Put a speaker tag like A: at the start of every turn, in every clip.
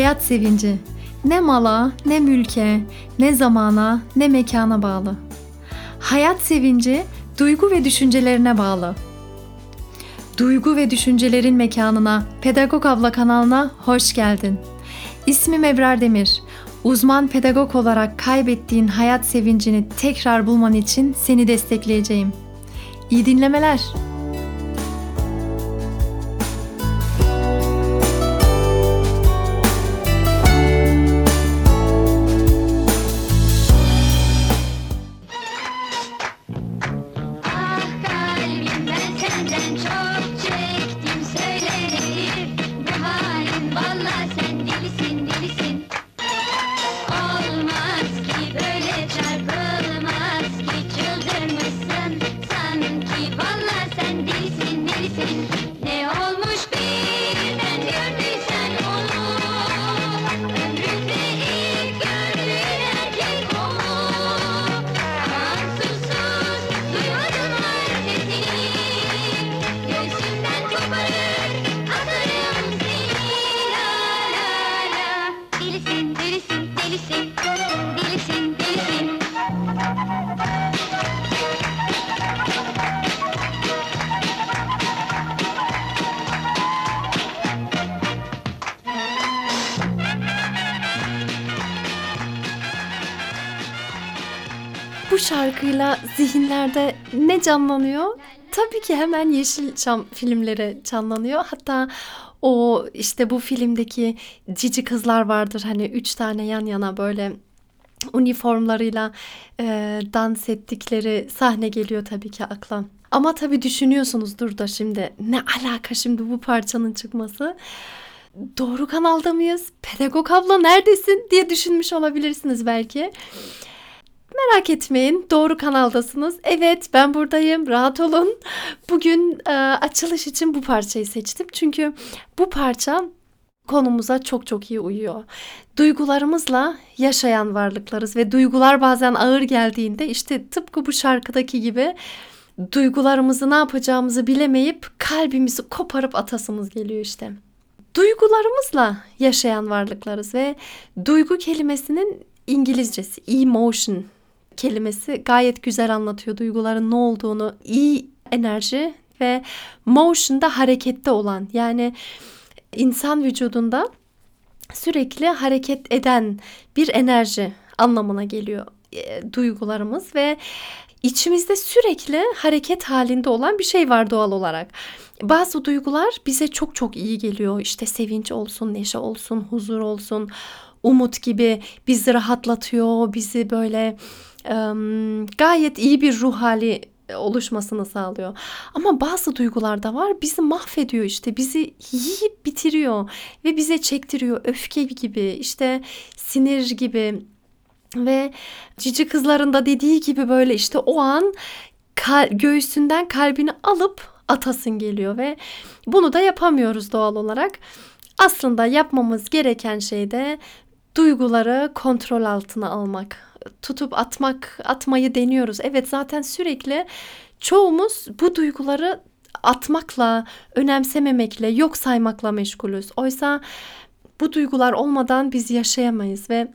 A: Hayat sevinci ne mala, ne mülke, ne zamana, ne mekana bağlı. Hayat sevinci duygu ve düşüncelerine bağlı. Duygu ve düşüncelerin mekanına, Pedagog Abla kanalına hoş geldin. İsmim Ebrar Demir. Uzman pedagog olarak kaybettiğin hayat sevincini tekrar bulman için seni destekleyeceğim. İyi dinlemeler. Bu şarkıyla zihinlerde ne canlanıyor? Tabii ki hemen Yeşilçam filmleri canlanıyor. Hatta o işte bu filmdeki cici kızlar vardır. Hani 3 tane yan yana böyle üniformlarıyla dans ettikleri sahne geliyor tabii ki akla. Ama tabii düşünüyorsunuzdur da şimdi ne alaka şimdi bu parçanın çıkması? Doğru kanalda mıyız? Pedagog abla neredesin diye düşünmüş olabilirsiniz belki. Merak etmeyin, doğru kanaldasınız. Evet, ben buradayım, rahat olun. Bugün açılış için bu parçayı seçtim. Çünkü bu parça konumuza çok çok iyi uyuyor. Duygularımızla yaşayan varlıklarız ve duygular bazen ağır geldiğinde işte tıpkı bu şarkıdaki gibi duygularımızı ne yapacağımızı bilemeyip kalbimizi koparıp atasımız geliyor işte. Duygularımızla yaşayan varlıklarız ve duygu kelimesinin İngilizcesi emotion kelimesi gayet güzel anlatıyor duyguların ne olduğunu. İyi enerji ve motion da harekette olan, yani insan vücudunda sürekli hareket eden bir enerji anlamına geliyor duygularımız ve içimizde sürekli hareket halinde olan bir şey var doğal olarak. Bazı duygular bize çok çok iyi geliyor. İşte sevinç olsun, neşe olsun, huzur olsun, umut gibi bizi rahatlatıyor, bizi böyle gayet iyi bir ruh hali oluşmasını sağlıyor. Ama bazı duygular da var bizi mahvediyor, işte bizi yiyip bitiriyor ve bize çektiriyor. Öfke gibi, işte sinir gibi ve cici kızların da dediği gibi böyle işte o an göğsünden kalbini alıp atasın geliyor ve bunu da yapamıyoruz doğal olarak. Aslında yapmamız gereken şey de duyguları kontrol altına almak. Tutup atmayı deniyoruz. Evet, zaten sürekli çoğumuz bu duyguları atmakla, önemsememekle, yok saymakla meşgulüz. Oysa bu duygular olmadan biz yaşayamayız ve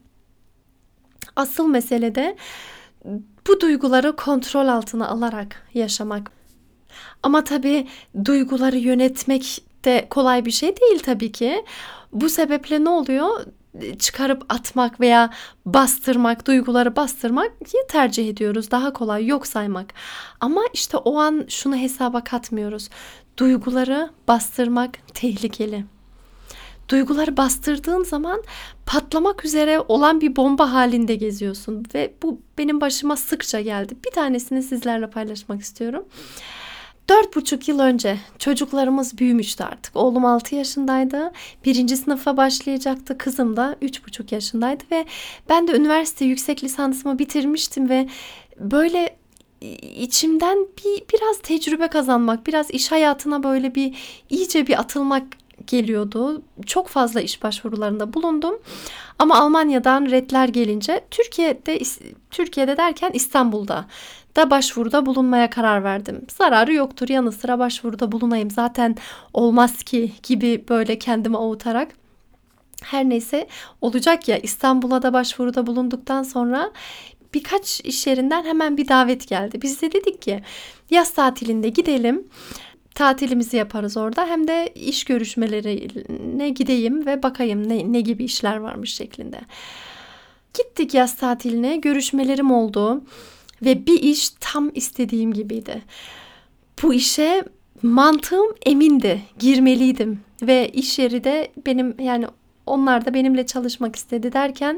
A: asıl mesele de bu duyguları kontrol altına alarak yaşamak. Ama tabii duyguları yönetmek de kolay bir şey değil tabii ki. Bu sebeple ne oluyor? Çıkarıp atmak veya bastırmak, duyguları bastırmak tercih ediyoruz. Daha kolay yok saymak. Ama işte o an şunu hesaba katmıyoruz. Duyguları bastırmak tehlikeli. Duyguları bastırdığın zaman patlamak üzere olan bir bomba halinde geziyorsun ve bu benim başıma sıkça geldi. Bir tanesini sizlerle paylaşmak istiyorum. 4,5 yıl önce çocuklarımız büyümüştü artık. Oğlum 6 yaşındaydı. 1. sınıfa başlayacaktı. Kızım da 3,5 yaşındaydı ve ben de üniversite yüksek lisansımı bitirmiştim ve böyle içimden biraz tecrübe kazanmak, biraz iş hayatına böyle iyice bir atılmak geliyordu. Çok fazla iş başvurularında bulundum. Ama Almanya'dan redler gelince Türkiye'de derken İstanbul'da da başvuruda bulunmaya karar verdim. Zararı yoktur, yanı sıra başvuruda bulunayım zaten olmaz ki gibi böyle kendimi avutarak Her neyse, olacak ya, İstanbul'a da başvuruda bulunduktan sonra birkaç iş yerinden hemen bir davet geldi. Biz de dedik ki yaz tatilinde gidelim. Tatilimizi yaparız orada. Hem de iş görüşmelerine gideyim ve bakayım ne gibi işler varmış şeklinde. Gittik yaz tatiline. Görüşmelerim oldu ve bir iş tam istediğim gibiydi. Bu işe mantığım emindi. Girmeliydim ve iş yeri de benim, yani onlar da benimle çalışmak istedi derken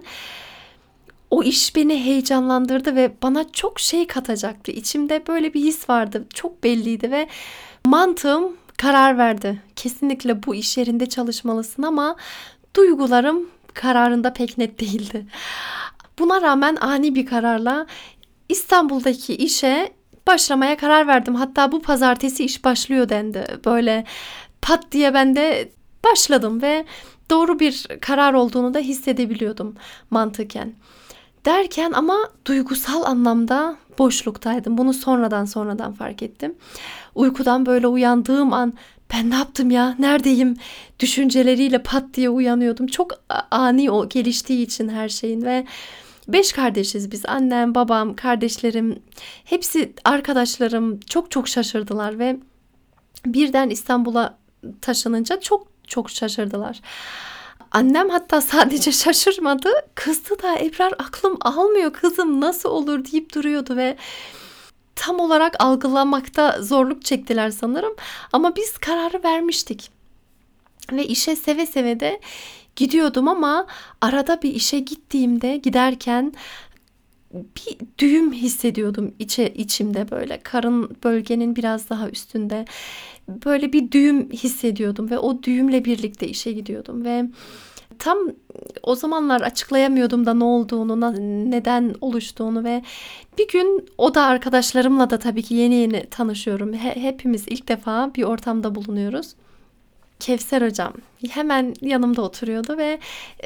A: o iş beni heyecanlandırdı ve bana çok şey katacaktı. İçimde böyle bir his vardı. Çok belliydi ve mantığım karar verdi. Kesinlikle bu iş yerinde çalışmalısın, ama duygularım kararında pek net değildi. Buna rağmen ani bir kararla İstanbul'daki işe başlamaya karar verdim. Hatta bu pazartesi iş başlıyor dendi. Böyle pat diye ben de başladım ve doğru bir karar olduğunu da hissedebiliyordum mantıken. Derken ama duygusal anlamda boşluktaydım. Bunu sonradan fark ettim. Uykudan böyle uyandığım an ben ne yaptım ya, neredeyim düşünceleriyle pat diye uyanıyordum. Çok ani o geliştiği için her şeyin ve 5 kardeşiz biz. Annem, babam, kardeşlerim, hepsi arkadaşlarım çok şaşırdılar ve birden İstanbul'a taşınınca çok şaşırdılar. Annem hatta sadece şaşırmadı, kızdı da, Ebrar aklım almıyor kızım, nasıl olur deyip duruyordu ve tam olarak algılamakta zorluk çektiler sanırım. Ama biz kararı vermiştik ve işe seve seve de gidiyordum, ama arada bir işe giderken bir düğüm hissediyordum içimde, böyle karın bölgenin biraz daha üstünde böyle bir düğüm hissediyordum ve o düğümle birlikte işe gidiyordum ve tam o zamanlar açıklayamıyordum da ne olduğunu, neden oluştuğunu ve bir gün o da arkadaşlarımla da tabii ki yeni tanışıyorum. Hepimiz ilk defa bir ortamda bulunuyoruz. Kevser hocam hemen yanımda oturuyordu ve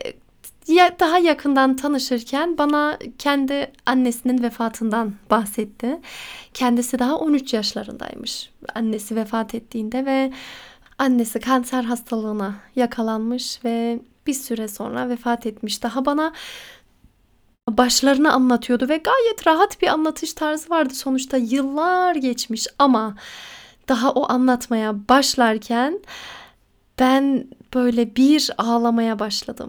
A: daha yakından tanışırken bana kendi annesinin vefatından bahsetti. Kendisi daha 13 yaşlarındaymış annesi vefat ettiğinde ve annesi kanser hastalığına yakalanmış ve bir süre sonra vefat etmiş. Daha bana başlarını anlatıyordu ve gayet rahat bir anlatış tarzı vardı. Sonuçta yıllar geçmiş, ama daha o anlatmaya başlarken ben böyle bir ağlamaya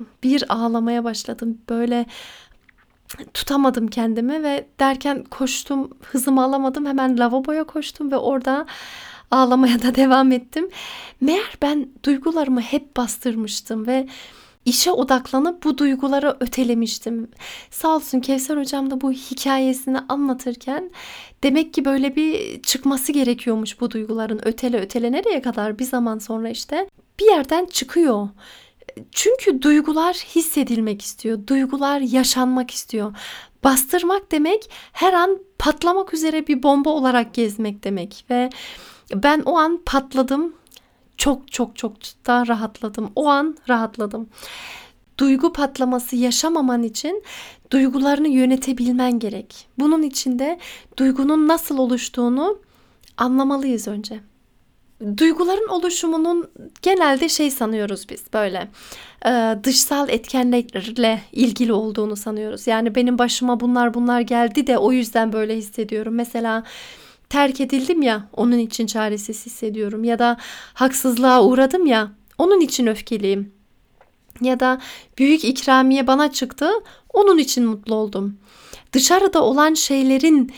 A: başladım. Böyle tutamadım kendimi ve derken koştum, hızımı alamadım. Hemen lavaboya koştum ve orada ağlamaya da devam ettim. Meğer ben duygularımı hep bastırmıştım ve işe odaklanıp bu duyguları ötelemiştim. Sağ olsun Kevser hocam da bu hikayesini anlatırken demek ki böyle bir çıkması gerekiyormuş bu duyguların, ötele nereye kadar, bir zaman sonra işte bir yerden çıkıyor. Çünkü duygular hissedilmek istiyor. Duygular yaşanmak istiyor. Bastırmak demek her an patlamak üzere bir bomba olarak gezmek demek ve ben o an patladım. Çok da rahatladım. O an rahatladım. Duygu patlaması yaşamaman için duygularını yönetebilmen gerek. Bunun için de duygunun nasıl oluştuğunu anlamalıyız önce. Duyguların oluşumunun genelde sanıyoruz biz, böyle dışsal etkenlerle ilgili olduğunu sanıyoruz. Yani benim başıma bunlar geldi de o yüzden böyle hissediyorum. Mesela terk edildim ya, onun için çaresiz hissediyorum. Ya da haksızlığa uğradım ya, onun için öfkeliyim. Ya da büyük ikramiye bana çıktı, onun için mutlu oldum. Dışarıda olan şeylerin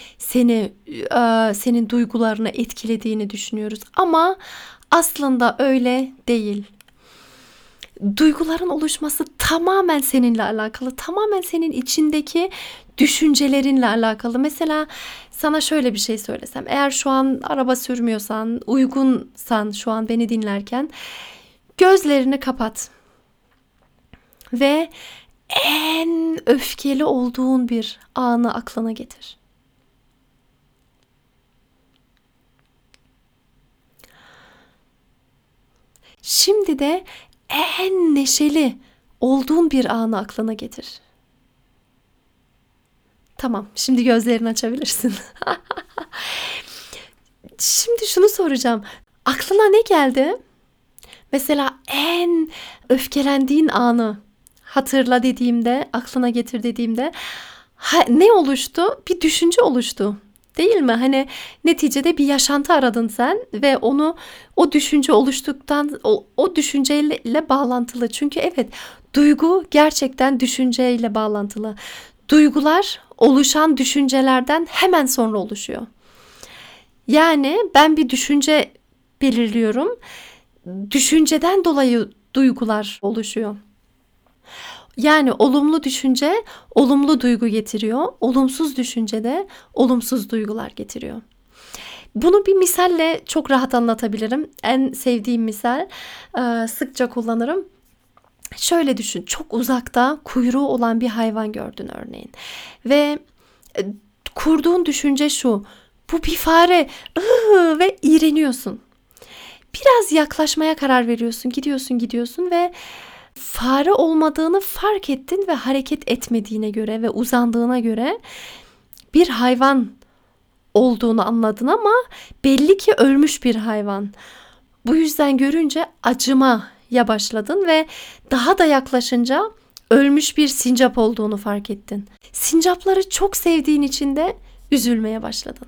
A: senin duygularını etkilediğini düşünüyoruz. Ama aslında öyle değil. Duyguların oluşması tamamen seninle alakalı. Tamamen senin içindeki düşüncelerinle alakalı. Mesela sana şöyle bir şey söylesem. Eğer şu an araba sürmüyorsan, uygunsan şu an beni dinlerken gözlerini kapat. Ve en öfkeli olduğun bir anı aklına getir. Şimdi de en neşeli olduğun bir anı aklına getir. Tamam, şimdi gözlerini açabilirsin. Şimdi şunu soracağım. Aklına ne geldi? Mesela en öfkelendiğin anı hatırla dediğimde, aklına getir dediğimde ne oluştu? Bir düşünce oluştu. Değil mi? Hani neticede bir yaşantı aradın sen ve o düşünce oluştuktan o düşünceyle bağlantılı. Çünkü evet, duygu gerçekten düşünceyle bağlantılı. Duygular oluşan düşüncelerden hemen sonra oluşuyor. Yani ben bir düşünce belirliyorum. Düşünceden dolayı duygular oluşuyor. Yani olumlu düşünce olumlu duygu getiriyor. Olumsuz düşünce de olumsuz duygular getiriyor. Bunu bir misalle çok rahat anlatabilirim. En sevdiğim misal, sıkça kullanırım. Şöyle düşün, çok uzakta kuyruğu olan bir hayvan gördün örneğin. Ve e, kurduğun düşünce şu: bu bir fare, ve iğreniyorsun. Biraz yaklaşmaya karar veriyorsun, gidiyorsun ve fare olmadığını fark ettin ve hareket etmediğine göre ve uzandığına göre bir hayvan olduğunu anladın, ama belli ki ölmüş bir hayvan. Bu yüzden görünce acımaya başladın ve daha da yaklaşınca ölmüş bir sincap olduğunu fark ettin. Sincapları çok sevdiğin için de üzülmeye başladın.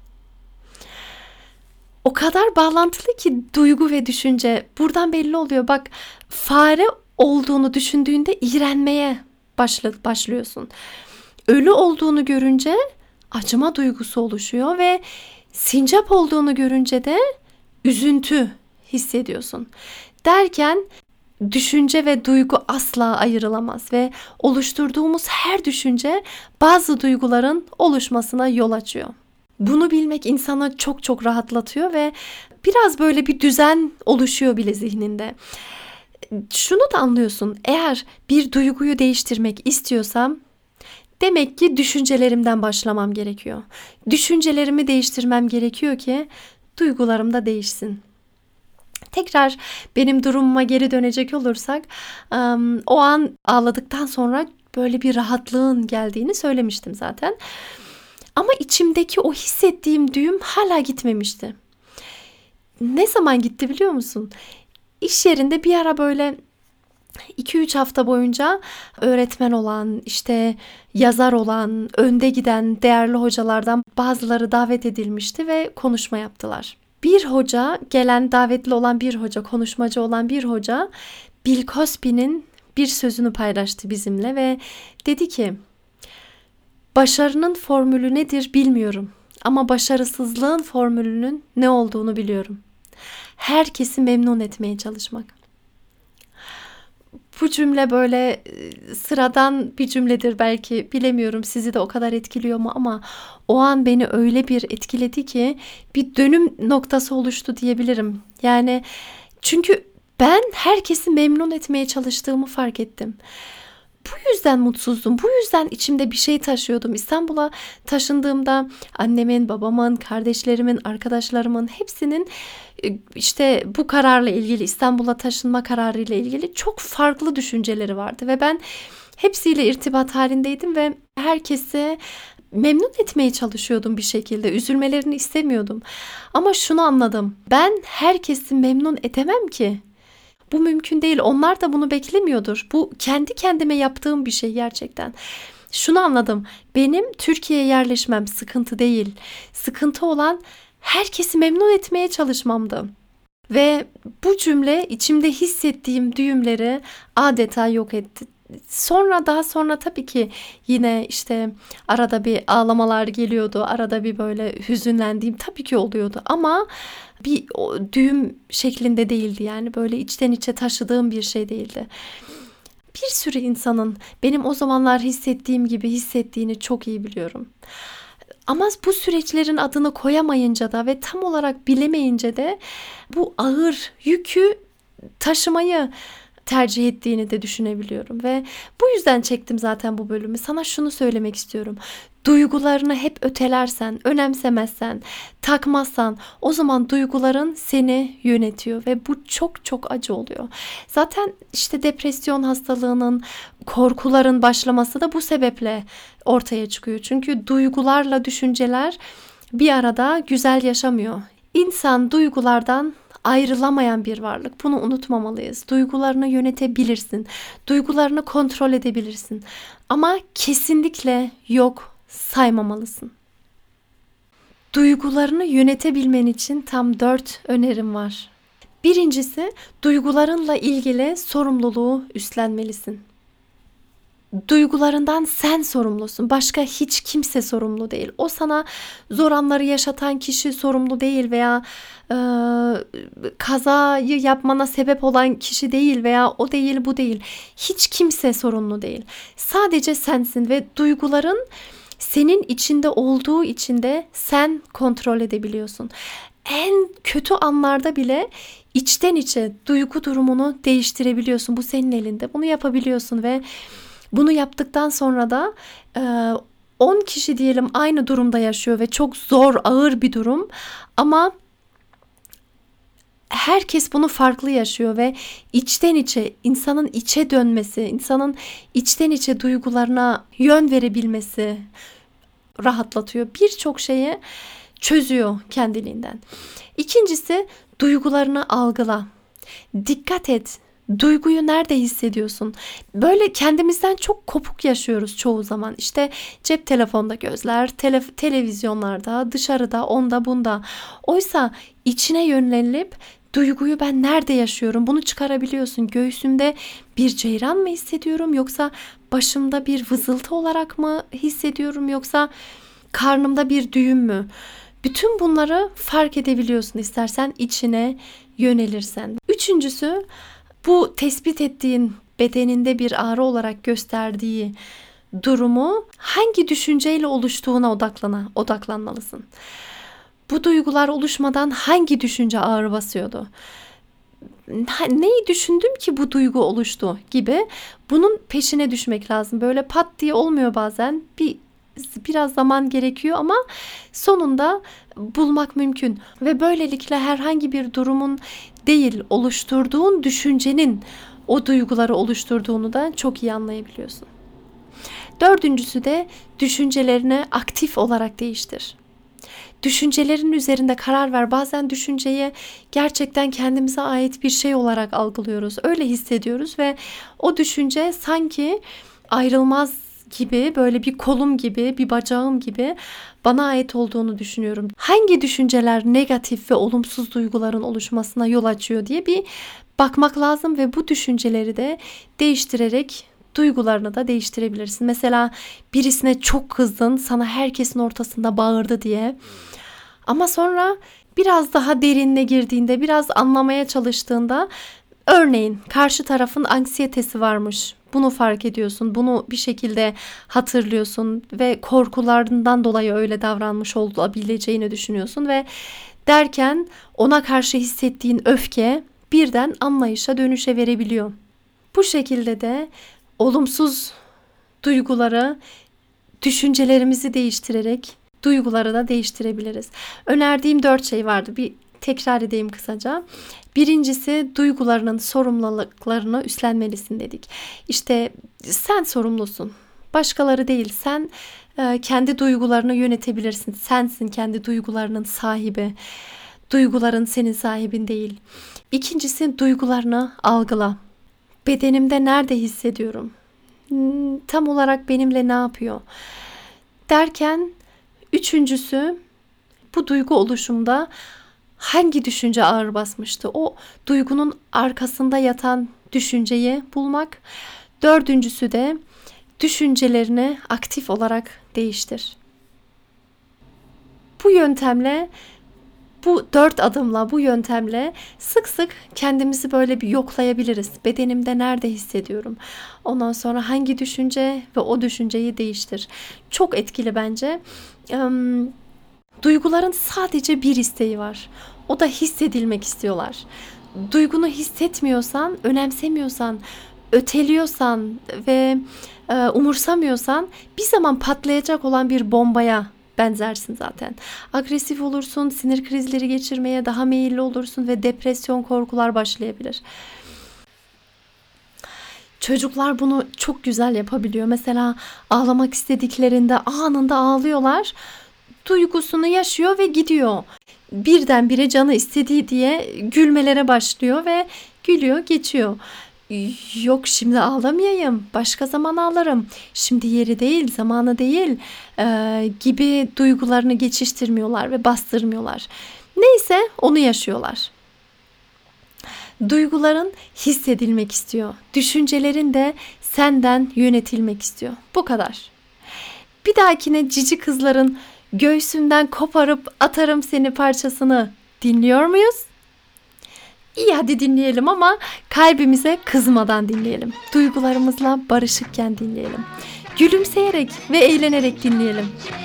A: O kadar bağlantılı ki duygu ve düşünce. Buradan belli oluyor. Bak, fare olduğunu düşündüğünde iğrenmeye başlıyorsun. Ölü olduğunu görünce acıma duygusu oluşuyor ve sincap olduğunu görünce de üzüntü hissediyorsun. Derken düşünce ve duygu asla ayrılamaz ve oluşturduğumuz her düşünce bazı duyguların oluşmasına yol açıyor. Bunu bilmek insanı çok çok rahatlatıyor ve biraz böyle bir düzen oluşuyor bile zihninde. Şunu da anlıyorsun: eğer bir duyguyu değiştirmek istiyorsam demek ki düşüncelerimden başlamam gerekiyor. Düşüncelerimi değiştirmem gerekiyor ki duygularım da değişsin. Tekrar benim durumuma geri dönecek olursak, o an ağladıktan sonra böyle bir rahatlığın geldiğini söylemiştim zaten. Ama içimdeki o hissettiğim düğüm hala gitmemişti. Ne zaman gitti biliyor musun? İş yerinde bir ara böyle 2-3 hafta boyunca öğretmen olan, işte yazar olan, önde giden değerli hocalardan bazıları davet edilmişti ve konuşma yaptılar. Bir hoca, gelen davetli olan bir hoca, konuşmacı olan bir hoca, Bill Cosby'nin bir sözünü paylaştı bizimle ve dedi ki: başarının formülü nedir bilmiyorum ama başarısızlığın formülünün ne olduğunu biliyorum. Herkesi memnun etmeye çalışmak. Bu cümle böyle sıradan bir cümledir belki, bilemiyorum sizi de o kadar etkiliyor mu, ama o an beni öyle bir etkiledi ki bir dönüm noktası oluştu diyebilirim. Yani çünkü ben herkesi memnun etmeye çalıştığımı fark ettim. Bu yüzden mutsuzdum. Bu yüzden içimde bir şey taşıyordum. İstanbul'a taşındığımda annemin, babamın, kardeşlerimin, arkadaşlarımın hepsinin işte bu kararla ilgili, İstanbul'a taşınma kararıyla ilgili çok farklı düşünceleri vardı ve ben hepsiyle irtibat halindeydim ve herkesi memnun etmeye çalışıyordum bir şekilde. Üzülmelerini istemiyordum. Ama şunu anladım: ben herkesi memnun edemem ki. Bu mümkün değil. Onlar da bunu beklemiyordur. Bu kendi kendime yaptığım bir şey gerçekten. Şunu anladım: benim Türkiye'ye yerleşmem sıkıntı değil. Sıkıntı olan herkesi memnun etmeye çalışmamdı. Ve bu cümle içimde hissettiğim düğümleri adeta yok etti. Daha sonra tabii ki yine işte arada bir ağlamalar geliyordu. Arada bir böyle hüzünlendiğim tabii ki oluyordu. Ama bir düğüm şeklinde değildi, yani böyle içten içe taşıdığım bir şey değildi. Bir sürü insanın benim o zamanlar hissettiğim gibi hissettiğini çok iyi biliyorum. Ama bu süreçlerin adını koyamayınca da ve tam olarak bilemeyince de bu ağır yükü taşımayı tercih ettiğini de düşünebiliyorum ve bu yüzden çektim zaten bu bölümü. Sana şunu söylemek istiyorum: duygularını hep ötelersen, önemsemezsen, takmazsan, o zaman duyguların seni yönetiyor ve bu çok çok acı oluyor. Zaten işte depresyon hastalığının, korkuların başlaması da bu sebeple ortaya çıkıyor. Çünkü duygularla düşünceler bir arada güzel yaşamıyor. İnsan duygulardan ayrılamayan bir varlık. Bunu unutmamalıyız. Duygularını yönetebilirsin. Duygularını kontrol edebilirsin. Ama kesinlikle yok saymamalısın. Duygularını yönetebilmen için tam 4 önerim var. Birincisi, duygularınla ilgili sorumluluğu üstlenmelisin. Duygularından sen sorumlusun. Başka hiç kimse sorumlu değil. O sana zor anları yaşatan kişi sorumlu değil veya kazayı yapmana sebep olan kişi değil veya o değil bu değil. Hiç kimse sorumlu değil. Sadece sensin ve duyguların senin içinde olduğu için de sen kontrol edebiliyorsun. En kötü anlarda bile içten içe duygu durumunu değiştirebiliyorsun. Bu senin elinde. Bunu yapabiliyorsun ve bunu yaptıktan sonra da 10 kişi diyelim aynı durumda yaşıyor ve çok zor, ağır bir durum. Ama herkes bunu farklı yaşıyor ve içten içe insanın içe dönmesi, insanın içten içe duygularına yön verebilmesi rahatlatıyor. Birçok şeyi çözüyor kendiliğinden. İkincisi, duygularını algıla. Dikkat et. Duyguyu nerede hissediyorsun? Böyle kendimizden çok kopuk yaşıyoruz çoğu zaman. İşte cep telefonda gözler, televizyonlarda, dışarıda, onda bunda. Oysa içine yönlenip duyguyu ben nerede yaşıyorum? Bunu çıkarabiliyorsun. Göğsümde bir ceyran mı hissediyorum yoksa başımda bir vızıltı olarak mı hissediyorum yoksa karnımda bir düğüm mü? Bütün bunları fark edebiliyorsun istersen içine yönelirsen. Üçüncüsü, bu tespit ettiğin bedeninde bir ağrı olarak gösterdiği durumu hangi düşünceyle oluştuğuna odaklanmalısın. Bu duygular oluşmadan hangi düşünce ağrı basıyordu? Neyi düşündüm ki bu duygu oluştu gibi bunun peşine düşmek lazım. Böyle pat diye olmuyor bazen. Biraz zaman gerekiyor ama sonunda bulmak mümkün. Ve böylelikle herhangi bir durumun değil, oluşturduğun düşüncenin o duyguları oluşturduğunu da çok iyi anlayabiliyorsun. Dördüncüsü de düşüncelerini aktif olarak değiştir. Düşüncelerin üzerinde karar ver. Bazen düşünceyi gerçekten kendimize ait bir şey olarak algılıyoruz. Öyle hissediyoruz ve o düşünce sanki ayrılmaz gibi, böyle bir kolum gibi, bir bacağım gibi bana ait olduğunu düşünüyorum. Hangi düşünceler negatif ve olumsuz duyguların oluşmasına yol açıyor diye bir bakmak lazım ve bu düşünceleri de değiştirerek duygularını da değiştirebilirsin. Mesela birisine çok kızdın, sana herkesin ortasında bağırdı diye. Ama sonra biraz daha derinine girdiğinde, biraz anlamaya çalıştığında, örneğin karşı tarafın anksiyetesi varmış. Bunu fark ediyorsun, bunu bir şekilde hatırlıyorsun ve korkularından dolayı öyle davranmış olabileceğini düşünüyorsun ve derken ona karşı hissettiğin öfke birden anlayışa dönüşe verebiliyor. Bu şekilde de olumsuz duyguları, düşüncelerimizi değiştirerek duyguları da değiştirebiliriz. Önerdiğim 4 şey vardı. Bir tekrar edeyim kısaca. Birincisi, duygularının sorumluluklarını üstlenmelisin dedik. İşte sen sorumlusun. Başkaları değil. Sen kendi duygularını yönetebilirsin. Sensin kendi duygularının sahibi. Duyguların senin sahibin değil. İkincisi, duygularını algıla. Bedenimde nerede hissediyorum? Tam olarak benimle ne yapıyor? Derken üçüncüsü, bu duygu oluşumda hangi düşünce ağır basmıştı? O duygunun arkasında yatan düşünceyi bulmak. Dördüncüsü de düşüncelerini aktif olarak değiştir. Bu yöntemle, bu 4 adımla, bu yöntemle sık sık kendimizi böyle bir yoklayabiliriz. Bedenimde nerede hissediyorum? Ondan sonra hangi düşünce ve o düşünceyi değiştir. Çok etkili bence. Duyguların sadece bir isteği var. O da hissedilmek istiyorlar. Duygunu hissetmiyorsan, önemsemiyorsan, öteliyorsan ve umursamıyorsan bir zaman patlayacak olan bir bombaya benzersin zaten. Agresif olursun, sinir krizleri geçirmeye daha meyilli olursun ve depresyon, korkular başlayabilir. Çocuklar bunu çok güzel yapabiliyor. Mesela ağlamak istediklerinde anında ağlıyorlar. Duygusunu yaşıyor ve gidiyor. birdenbire canı istediği diye gülmelere başlıyor ve gülüyor, geçiyor. Yok şimdi ağlamayayım, başka zaman ağlarım, şimdi yeri değil, zamanı değil gibi duygularını geçiştirmiyorlar ve bastırmıyorlar. Neyse onu yaşıyorlar. Duyguların hissedilmek istiyor. Düşüncelerin de senden yönetilmek istiyor. Bu kadar. Bir dahakine cici kızların göğsümden koparıp atarım seni parçasını dinliyor muyuz? İyi hadi dinleyelim ama kalbimize kızmadan dinleyelim. Duygularımızla barışıkken dinleyelim. Gülümseyerek ve eğlenerek dinleyelim.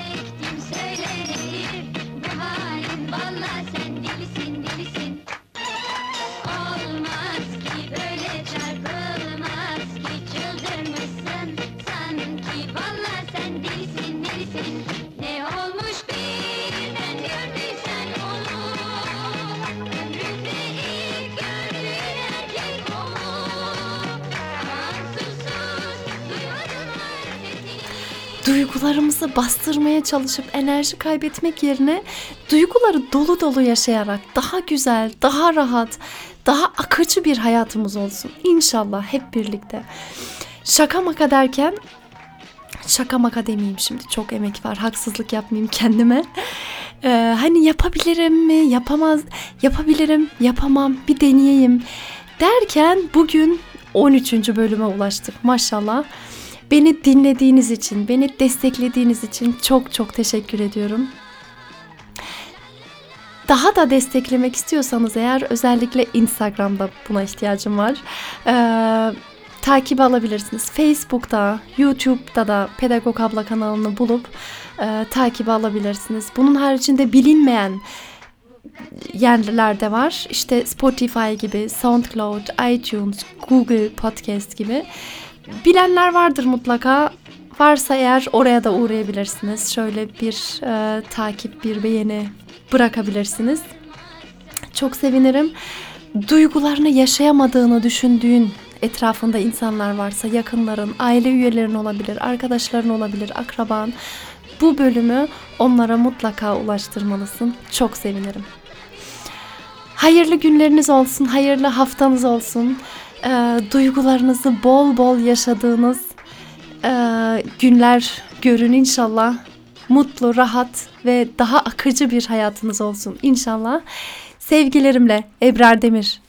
A: Duygularımızı bastırmaya çalışıp enerji kaybetmek yerine duyguları dolu dolu yaşayarak daha güzel, daha rahat, daha akıcı bir hayatımız olsun. İnşallah hep birlikte. Şaka maka derken, şaka maka demeyeyim şimdi, çok emek var, haksızlık yapmayayım kendime. Hani yapabilirim mi, yapabilirim, yapamam, bir deneyeyim derken bugün 13. bölüme ulaştık maşallah. Beni dinlediğiniz için, beni desteklediğiniz için çok çok teşekkür ediyorum. Daha da desteklemek istiyorsanız eğer özellikle Instagram'da buna ihtiyacım var. Takip alabilirsiniz. Facebook'ta, YouTube'da da Pedagog Abla kanalını bulup takip alabilirsiniz. Bunun haricinde bilinmeyen yerlerde var. İşte Spotify gibi, SoundCloud, iTunes, Google Podcast gibi. Bilenler vardır mutlaka. Varsa eğer oraya da uğrayabilirsiniz. Şöyle bir takip, bir beğeni bırakabilirsiniz. Çok sevinirim. Duygularını yaşayamadığını düşündüğün etrafında insanlar varsa, yakınların, aile üyelerin olabilir, arkadaşların olabilir, akraban. Bu bölümü onlara mutlaka ulaştırmalısın. Çok sevinirim. Hayırlı günleriniz olsun, hayırlı haftanız olsun. Duygularınızı bol bol yaşadığınız günler görün inşallah. Mutlu, rahat ve daha akıcı bir hayatınız olsun inşallah. Sevgilerimle Ebrar Demir.